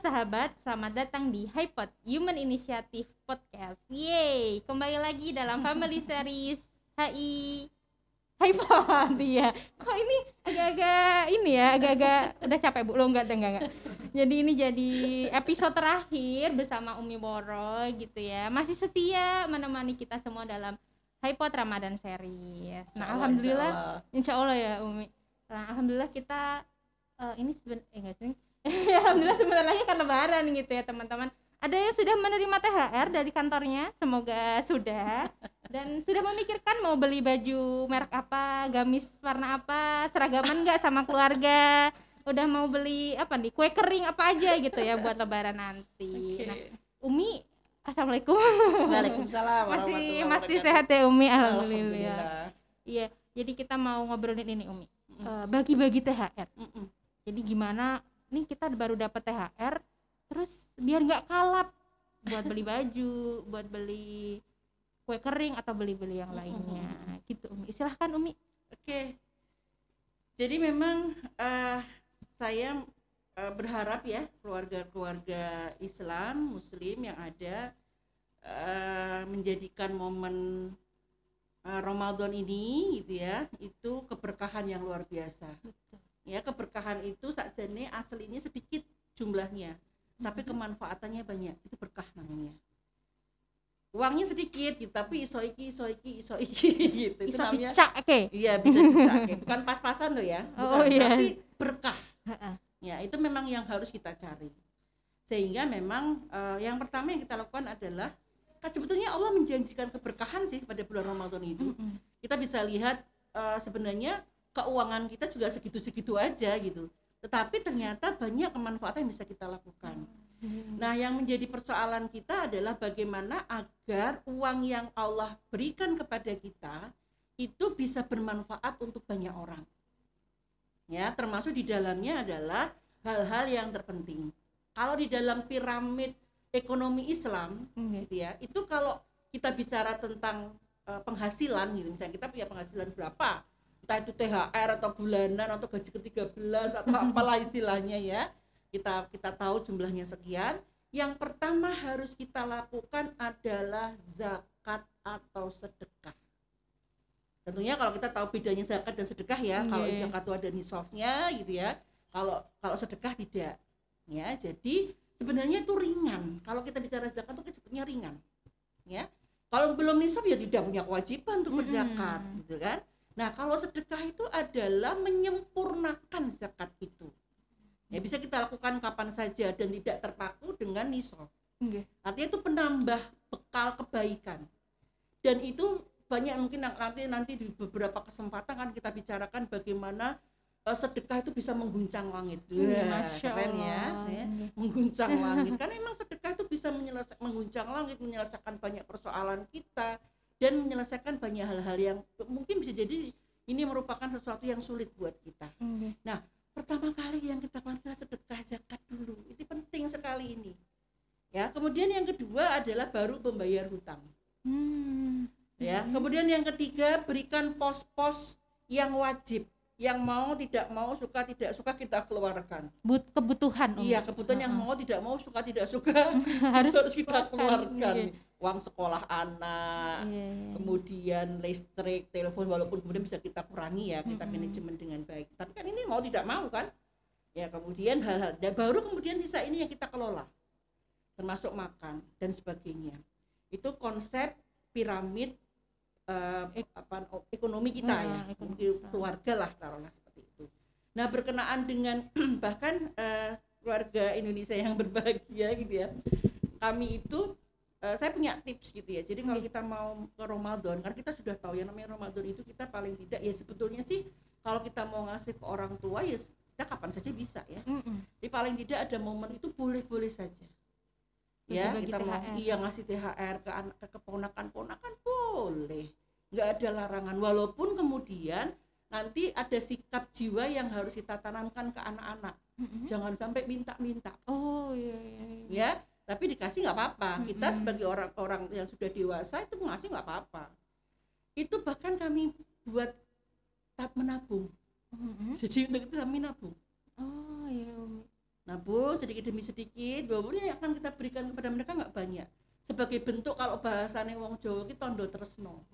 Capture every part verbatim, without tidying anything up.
sahabat, selamat datang di HiPod Human Initiative Podcast. Yeay, kembali lagi dalam family series H I HiPod. Iya, kok ini agak-agak ini ya, agak-agak udah capek Bu, lo enggak, enggak, enggak. Jadi ini jadi episode terakhir bersama Umi Boro gitu ya. Masih setia menemani kita semua dalam HiPod Ramadan series. Nah, alhamdulillah, insya Allah ya Umi. Nah, alhamdulillah kita uh, ini seben eh enggak sih. Alhamdulillah sebentar lagi kan lebaran gitu ya teman-teman. Ada yang sudah menerima T H R dari kantornya, semoga sudah. Dan sudah memikirkan mau beli baju merek apa, gamis warna apa, seragaman nggak sama keluarga. Udah mau beli apa nih, kue kering apa aja gitu ya buat lebaran nanti. Okay. Nah, Umi, assalamualaikum. Waalaikumsalam. Masih masih sehat ya Umi, alhamdulillah. Iya, jadi kita mau ngobrolin ini Umi, mm. uh, bagi-bagi T H R. Mm-mm. Jadi gimana? Nih kita baru dapat T H R, terus biar nggak kalap buat beli baju, buat beli kue kering atau beli-beli yang lainnya, mm-hmm. gitu Umi. Silahkan Umi. Oke. Jadi memang uh, saya uh, berharap ya keluarga-keluarga Islam, Muslim yang ada uh, menjadikan momen uh, Ramadan ini, gitu ya, itu keberkahan yang luar biasa. Betul. Ya, keberkahan itu sakjane aslinya sedikit jumlahnya, mm-hmm. tapi kemanfaatannya banyak, itu berkah namanya. Uangnya sedikit gitu, tapi iso iki iso iki iso iki gitu. Itu namanya dicak ke. Iya, bisa dicak ke. Bukan pas-pasan loh ya. Bukan, oh, iya. tapi berkah. Ya, itu memang yang harus kita cari. Sehingga memang uh, yang pertama yang kita lakukan adalah kan sebetulnya Allah menjanjikan keberkahan sih pada bulan Ramadan itu. Mm-hmm. Kita bisa lihat uh, sebenarnya keuangan kita juga segitu-segitu aja gitu, tetapi ternyata banyak kemanfaatan yang bisa kita lakukan. Hmm. Nah, yang menjadi persoalan kita adalah bagaimana agar uang yang Allah berikan kepada kita itu bisa bermanfaat untuk banyak orang. Ya, termasuk di dalamnya adalah hal-hal yang terpenting. Kalau di dalam piramid ekonomi Islam, hmm. gitu ya, itu kalau kita bicara tentang uh, penghasilan gitu, misalnya kita punya penghasilan berapa, entah itu T H R atau bulanan atau gaji ke tiga belas atau apalah istilahnya ya, kita kita tahu jumlahnya sekian. Yang pertama harus kita lakukan adalah zakat atau sedekah. Tentunya kalau kita tahu bedanya zakat dan sedekah ya, yeah. Kalau zakat itu ada nisabnya gitu ya, kalau kalau sedekah tidak ya. Jadi sebenarnya itu ringan. Kalau kita bicara zakat itu sebetulnya ringan ya. Kalau belum nisab ya tidak punya kewajiban untuk berzakat, mm-hmm. gitu kan. Nah, kalau sedekah itu adalah menyempurnakan zakat itu. Ya, bisa kita lakukan kapan saja dan tidak terpaku dengan nisab. Okay. Artinya itu penambah bekal kebaikan. Dan itu banyak mungkin nanti nanti di beberapa kesempatan kan kita bicarakan bagaimana uh, sedekah itu bisa mengguncang langit. Ya, Masya keren ya, ya. Mengguncang langit. Karena memang sedekah itu bisa menyelesa- mengguncang langit, menyelesaikan banyak persoalan kita. Dan menyelesaikan banyak hal-hal yang mungkin bisa jadi ini merupakan sesuatu yang sulit buat kita. Mm-hmm. Nah, pertama kali yang kita lakukan sedekah zakat dulu, itu penting sekali ini. Ya, kemudian yang kedua adalah baru membayar hutang. Mm-hmm. Ya, kemudian yang ketiga berikan pos-pos yang wajib, yang mau tidak mau suka tidak suka kita keluarkan. But kebutuhan. Iya, kebutuhan uh-huh. yang mau tidak mau suka tidak suka harus, harus kita keluarkan. Okay. Uang sekolah anak, yeah, yeah. kemudian listrik, telepon, walaupun kemudian bisa kita kurangi ya, kita mm-hmm. manajemen dengan baik. Tapi kan ini mau tidak mau kan, ya kemudian hal-hal, dan baru kemudian sisa ini yang kita kelola, termasuk makan dan sebagainya. Itu konsep piramid uh, apa, ekonomi kita mm, ya, ekonomi keluarga lah taruhlah seperti itu. Nah, berkenaan dengan bahkan uh, keluarga Indonesia yang berbahagia gitu ya, kami itu Uh, saya punya tips gitu ya. Jadi kalau kita mau ke Ramadan, karena kita sudah tahu ya namanya Ramadan itu kita paling tidak ya sebetulnya sih kalau kita mau ngasih ke orang tua ya kita kapan saja bisa ya. Mm-mm. Jadi paling tidak ada momen itu boleh-boleh saja. Ya, bagi kita T H R. Mau iya ngasih T H R ke anak ke keponakan-ponakan boleh. Enggak ada larangan walaupun kemudian nanti ada sikap jiwa yang harus kita tanamkan ke anak-anak. Mm-hmm. Jangan sampai minta-minta. Oh iya iya. iya. Ya. Tapi dikasih nggak apa-apa. Mm-hmm. Kita sebagai orang-orang yang sudah dewasa itu ngasih nggak apa-apa. Itu bahkan kami buat tab menabung. Mm-hmm. Jadi untuk itu kami nabung. Oh iya. nabung sedikit demi sedikit, walaupun yang akan kita berikan kepada mereka nggak banyak, sebagai bentuk kalau bahasane wong Jawa ki tondo tresno.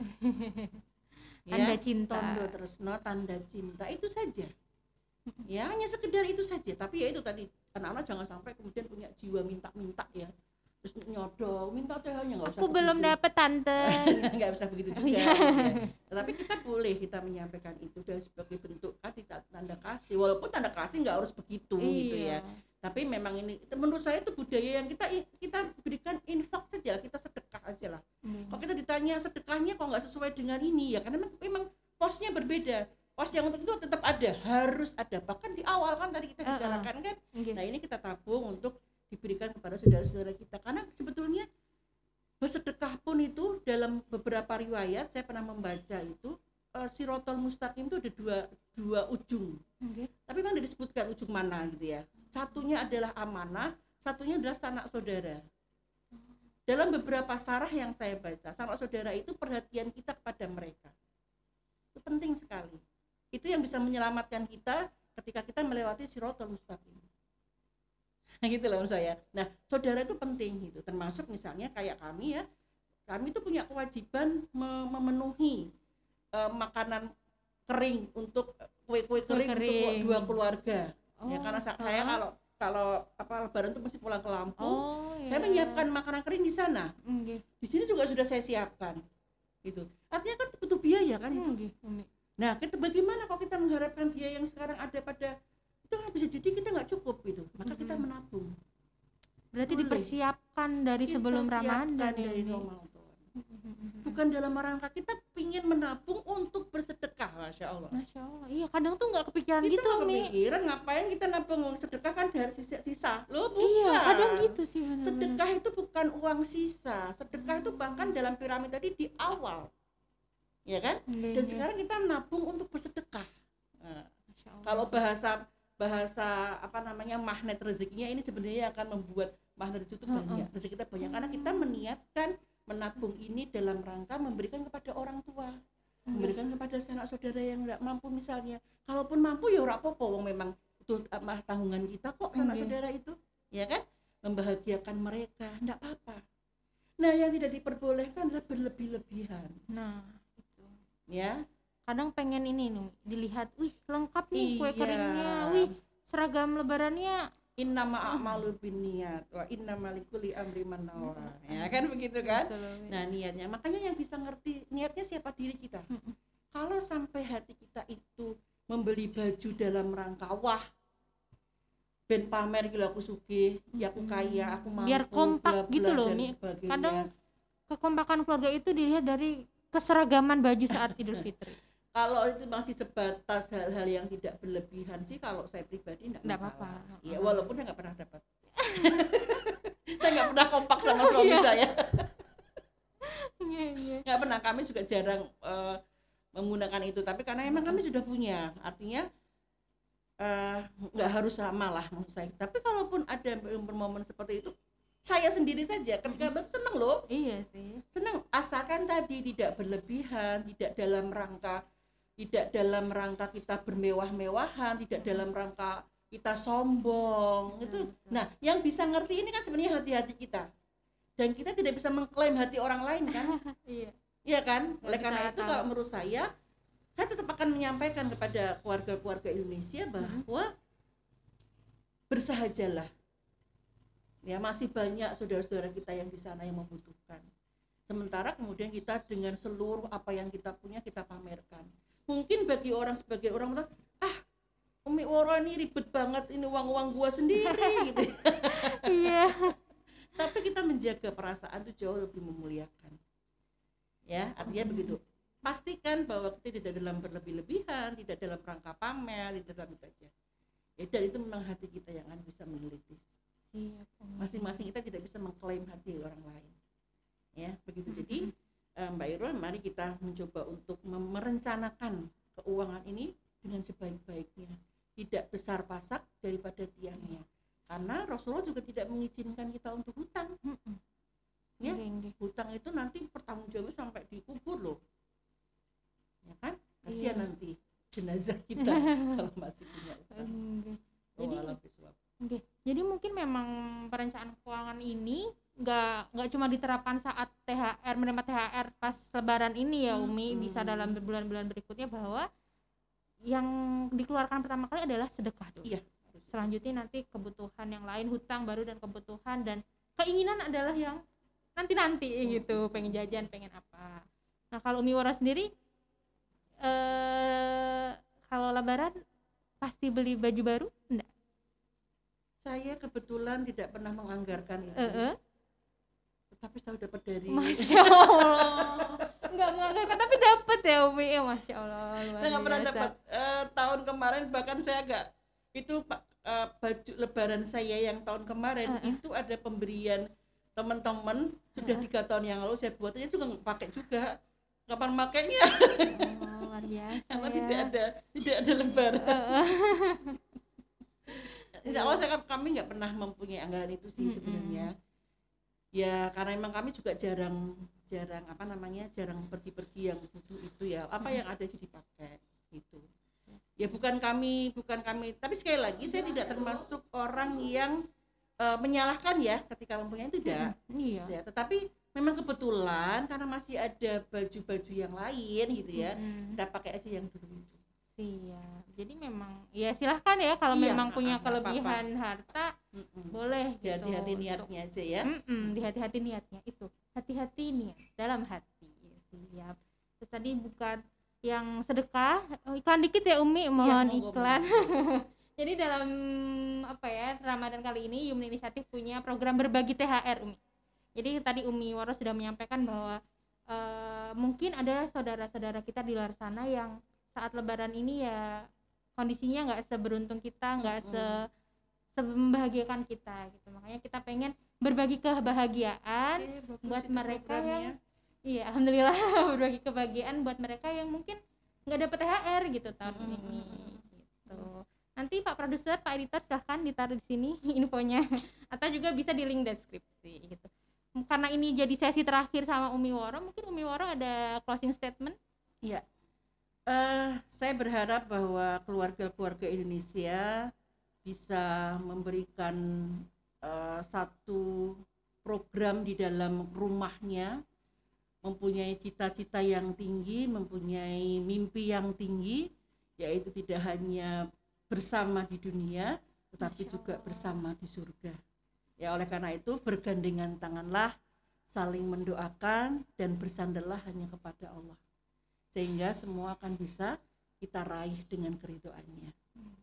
Tanda Ya, cinta. tondo tresno, tanda cinta, itu saja. Ya, hanya sekedar itu saja. Tapi ya itu tadi, anak-anak jangan sampai kemudian punya jiwa minta-minta ya, terus nyodong minta teh hanya nggak usah Aku belum begitu. dapet tante. Nggak usah begitu juga Iya. ya. Tetapi kita boleh kita menyampaikan itu dan sebagai bentuk kasih, tanda kasih, walaupun tanda kasih nggak harus begitu gitu ya. Iya. Tapi memang ini menurut saya itu budaya yang kita kita berikan infak saja, kita sedekah aja lah. Hmm. Kalau kita ditanya sedekahnya kok nggak sesuai dengan ini ya, karena memang, memang posnya berbeda. Pos yang untuk itu tetap ada, harus ada. Bahkan di awal kan tadi kita Uh-uh. bicarakan kan. Okay. Nah ini kita tabung untuk diberikan kepada saudara-saudara kita, karena sebetulnya bersedekah pun itu dalam beberapa riwayat saya pernah membaca itu uh, sirotol mustaqim itu ada dua dua ujung. Okay. Tapi memang tidak disebutkan ujung mana gitu ya. Satunya adalah amanah, satunya adalah sanak saudara. Dalam beberapa sarah yang saya baca, sanak saudara itu perhatian kita kepada mereka. Itu penting sekali. Itu yang bisa menyelamatkan kita ketika kita melewati sirotol mustaqim. Nah gitu loh menurut saya. Nah saudara itu penting gitu, termasuk misalnya kayak kami ya, kami itu punya kewajiban mem- memenuhi uh, makanan kering untuk kue-kue kering, kering. untuk dua keluarga. Oh, Ya karena sa- uh-huh. saya kalau kalau apa lebaran itu mesti pulang ke Lampung, Oh, saya iya. menyiapkan makanan kering di sana. Okay. Di sini juga sudah saya siapkan. Gitu. Artinya kan butuh biaya kan itu. Okay. Umi. Nah, kita bagaimana kalau kita mengharapkan biaya yang sekarang ada pada itu kan bisa jadi kita nggak cukup gitu. Maka kita Mm-hmm. menabung. Berarti Boleh. dipersiapkan dari Kita sebelum siapkan Ramadan ya, dari Umi? Ramadan. Bukan dalam rangka kita ingin menabung untuk bersedekah, masya Allah. Masya Allah. Iya, kadang tuh nggak kepikiran Kita gitu, nggak Umi. kepikiran ngapain kita nabung uang sedekah kan dari sisa-sisa. Loh bukan. Iya, kadang gitu sih benar-benar. Sedekah itu bukan uang sisa. Sedekah itu bahkan dalam piramid tadi di awal. Ya kan? Iya, Dan iya. sekarang kita menabung untuk bersedekah. Nah, Masya Allah. kalau bahasa bahasa apa namanya magnet rezekinya ini sebenarnya akan membuat magnet itu Heeh. banyak, rezeki kita banyak karena kita meniatkan menabung ini dalam rangka memberikan kepada orang tua, memberikan kepada sanak saudara yang nggak mampu misalnya. Kalaupun mampu ya ora apa-apa, wong memang itu uh, tanggungan kita kok sanak Oke. saudara itu, ya kan? Membahagiakan mereka, enggak apa-apa. Nah, yang tidak diperbolehkan adalah berlebih-lebihan, Nah, itu. ya. Kadang pengen ini nih, dilihat, wih lengkap nih kue Iya. keringnya, wih seragam lebarannya. Innama a'malu binniyat wa innama likulli amri man nawa. Ya kan begitu kan? Betul, Umi. Nah, niatnya, makanya yang bisa ngerti niatnya siapa diri kita. Mm-mm. Kalau sampai hati kita itu membeli baju dalam rangka wah ben pamer gila aku sugih, ya aku kaya, aku mampu. Biar kompak bla, bla, gitu loh, dan Mi. sebagainya. Kadang kekompakan keluarga itu dilihat dari keseragaman baju saat Idul Fitri. Kalau itu masih sebatas hal-hal yang tidak berlebihan sih, kalau saya pribadi enggak Nggak masalah. apa-apa. Ya walaupun saya nggak pernah dapat. Saya nggak pernah kompak sama suami Iya. saya. Iya, iya. Nggak pernah, kami juga jarang uh, menggunakan itu, tapi karena emang kami sudah punya, artinya uh, nggak harus sama lah maksud saya. Tapi kalaupun ada momen seperti itu, saya sendiri saja ketika itu senang loh, Iya sih. senang, asalkan tadi tidak berlebihan, tidak dalam rangka tidak dalam rangka kita bermewah-mewahan, tidak dalam rangka kita sombong. Betul, Itu betul. nah yang bisa ngerti ini kan sebenarnya hati-hati kita, dan kita tidak bisa mengklaim hati orang lain kan. Iya. Iya kan? Nggak Oleh bisa karena itu tahu. kalau menurut saya, saya tetap akan menyampaikan kepada keluarga-keluarga Indonesia bahwa bersahajalah. Ya, masih banyak saudara-saudara kita yang di sana yang membutuhkan. Sementara kemudian kita dengan seluruh apa yang kita punya kita pamerkan. Mungkin bagi orang sebagai orang bilang, ah, Umi Woro ini ribet banget, ini uang-uang gua sendiri gitu. Iya. Tapi kita menjaga perasaan itu jauh lebih memuliakan. Ya, artinya begitu. Pastikan bahwa kita tidak dalam berlebih-lebihan, tidak dalam rangka pamer, tidak dalam itu aja. Ya, dan itu memang hati kita yang akan bisa meneliti. Siap. Masing-masing kita tidak bisa mengklaim hati orang lain. Ya, begitu. Jadi eh, Mbak Irwan, mari kita mencoba untuk mem- merencanakan keuangan ini dengan sebaik-baiknya, tidak besar pasak daripada tiangnya. Karena Rasulullah juga tidak mengizinkan kita untuk hutang. Ya, hutang itu nanti pertanggungjawabnya sampai dikubur loh, ya kan? Kasihan Iya. nanti jenazah kita kalau masih punya hutang. Oke. Oh, Jadi alam biswab. Oke, Jadi mungkin memang perencanaan keuangan ini nggak nggak cuma diterapkan saat T H R, menerima T H R pas lebaran ini ya Umi, Hmm. bisa dalam bulan-bulan berikutnya, bahwa yang dikeluarkan pertama kali adalah sedekah dulu. Iya. Selanjutnya nanti kebutuhan yang lain, hutang baru, dan kebutuhan dan keinginan adalah yang nanti-nanti gitu, pengen jajan, pengen apa. Nah kalau Umi Wara sendiri eh kalau lebaran pasti beli baju baru enggak? Saya kebetulan tidak pernah menganggarkan itu, Uh-uh. tapi saya dapat dari Masya Allah, nggak menganggarkan tapi dapat ya Umi ya, Masya Allah, luar saya nggak pernah biasa. dapat. Eh, tahun kemarin bahkan saya agak itu Pak, eh, baju lebaran saya yang tahun kemarin Uh-uh. itu ada pemberian teman-teman sudah Uh-uh. tiga tahun yang lalu saya buat aja juga nggak pakai juga. Kapan makainya? Oh, luar biasa Karena ya. tidak ada tidak ada lebaran. Uh-uh. Insya Allah saya, kami nggak pernah mempunyai anggaran itu sih Mm-mm. sebenarnya. Ya karena memang kami juga jarang jarang apa namanya jarang pergi-pergi yang butuh itu ya. Apa Mm. yang ada sih dipakai gitu. Ya bukan kami bukan kami. Tapi sekali lagi saya tidak termasuk orang yang uh, menyalahkan ya ketika mempunyai itu tidak. Iya. Ya, tetapi memang kebetulan karena masih ada baju-baju yang lain gitu ya. Mm-mm. Kita pakai aja yang dulu itu. Iya, jadi memang ya silahkan ya kalau Iya, memang punya nggak kelebihan harta Mm-mm. boleh gitu. Hati-hati untuk- niatnya aja ya. Mm-mm, dihati-hati niatnya itu, hati-hati niat dalam hati. Siap. Terus tadi bukan yang sedekah, oh, iklan dikit ya Umi, mohon monggo, iklan. Jadi dalam apa ya Ramadan kali ini Human Initiative punya program berbagi T H R Umi. Jadi tadi Umi Waro sudah menyampaikan bahwa uh, mungkin ada saudara-saudara kita di luar sana yang saat lebaran ini ya kondisinya nggak seberuntung kita, nggak se sembahagiakan kita gitu. Makanya kita pengen berbagi kebahagiaan Oke, bagus buat itu mereka programnya. yang iya alhamdulillah berbagi kebahagiaan buat mereka yang mungkin nggak dapet T H R gitu tahun Mm-mm. ini gitu. Nanti Pak Produser, Pak Editor silahkan ditaruh di sini infonya atau juga bisa di link deskripsi gitu. Karena ini jadi sesi terakhir sama Umi Waro, mungkin Umi Waro ada closing statement. Iya. Uh, saya berharap bahwa keluarga-keluarga Indonesia bisa memberikan uh, satu program di dalam rumahnya, mempunyai cita-cita yang tinggi, mempunyai mimpi yang tinggi, yaitu tidak hanya bersama di dunia, tetapi juga bersama di surga. Ya oleh karena itu bergandengan tanganlah, saling mendoakan dan bersandarlah hanya kepada Allah. Sehingga semua akan bisa kita raih dengan keridhoannya.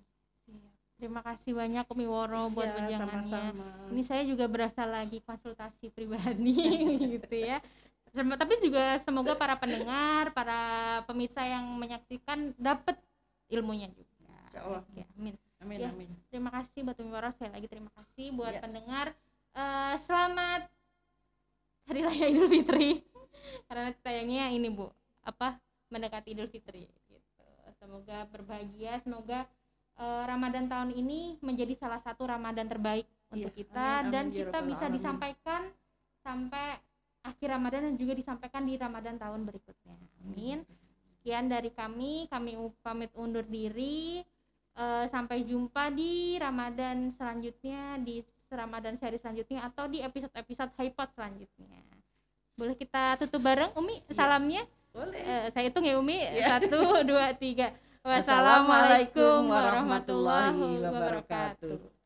Terima kasih banyak Umi Waro buat Ya, wejangannya. sama-sama. Ini saya juga berasa lagi konsultasi pribadi gitu ya. Sem- Tapi juga semoga para pendengar, para pemirsa yang menyaksikan dapat ilmunya juga. Insya Allah. Oke, amin. Amin, Ya. amin. Terima kasih buat Umi Waro, sekali lagi terima kasih buat Ya. pendengar. Eh, selamat Hari Raya Idul Fitri. Karena tayangnya ini Bu, apa mendekati Idul Fitri gitu. Semoga berbahagia, semoga uh, Ramadan tahun ini menjadi salah satu Ramadan terbaik untuk Iya, kita amin, amin, dan ya kita Rabbal bisa Alamin. disampaikan sampai akhir Ramadan dan juga disampaikan di Ramadan tahun berikutnya. Amin. Sekian dari kami, kami u- pamit undur diri. Uh, sampai jumpa di Ramadan selanjutnya, di Ramadan seri selanjutnya atau di episode-episode HiPod selanjutnya. Boleh kita tutup bareng Umi salamnya? Boleh. Eh, saya hitung ya Umi. Ya. Satu, dua, tiga. Wassalamualaikum Wassalamualaikum warahmatullahi warahmatullahi wabarakatuh. wabarakatuh.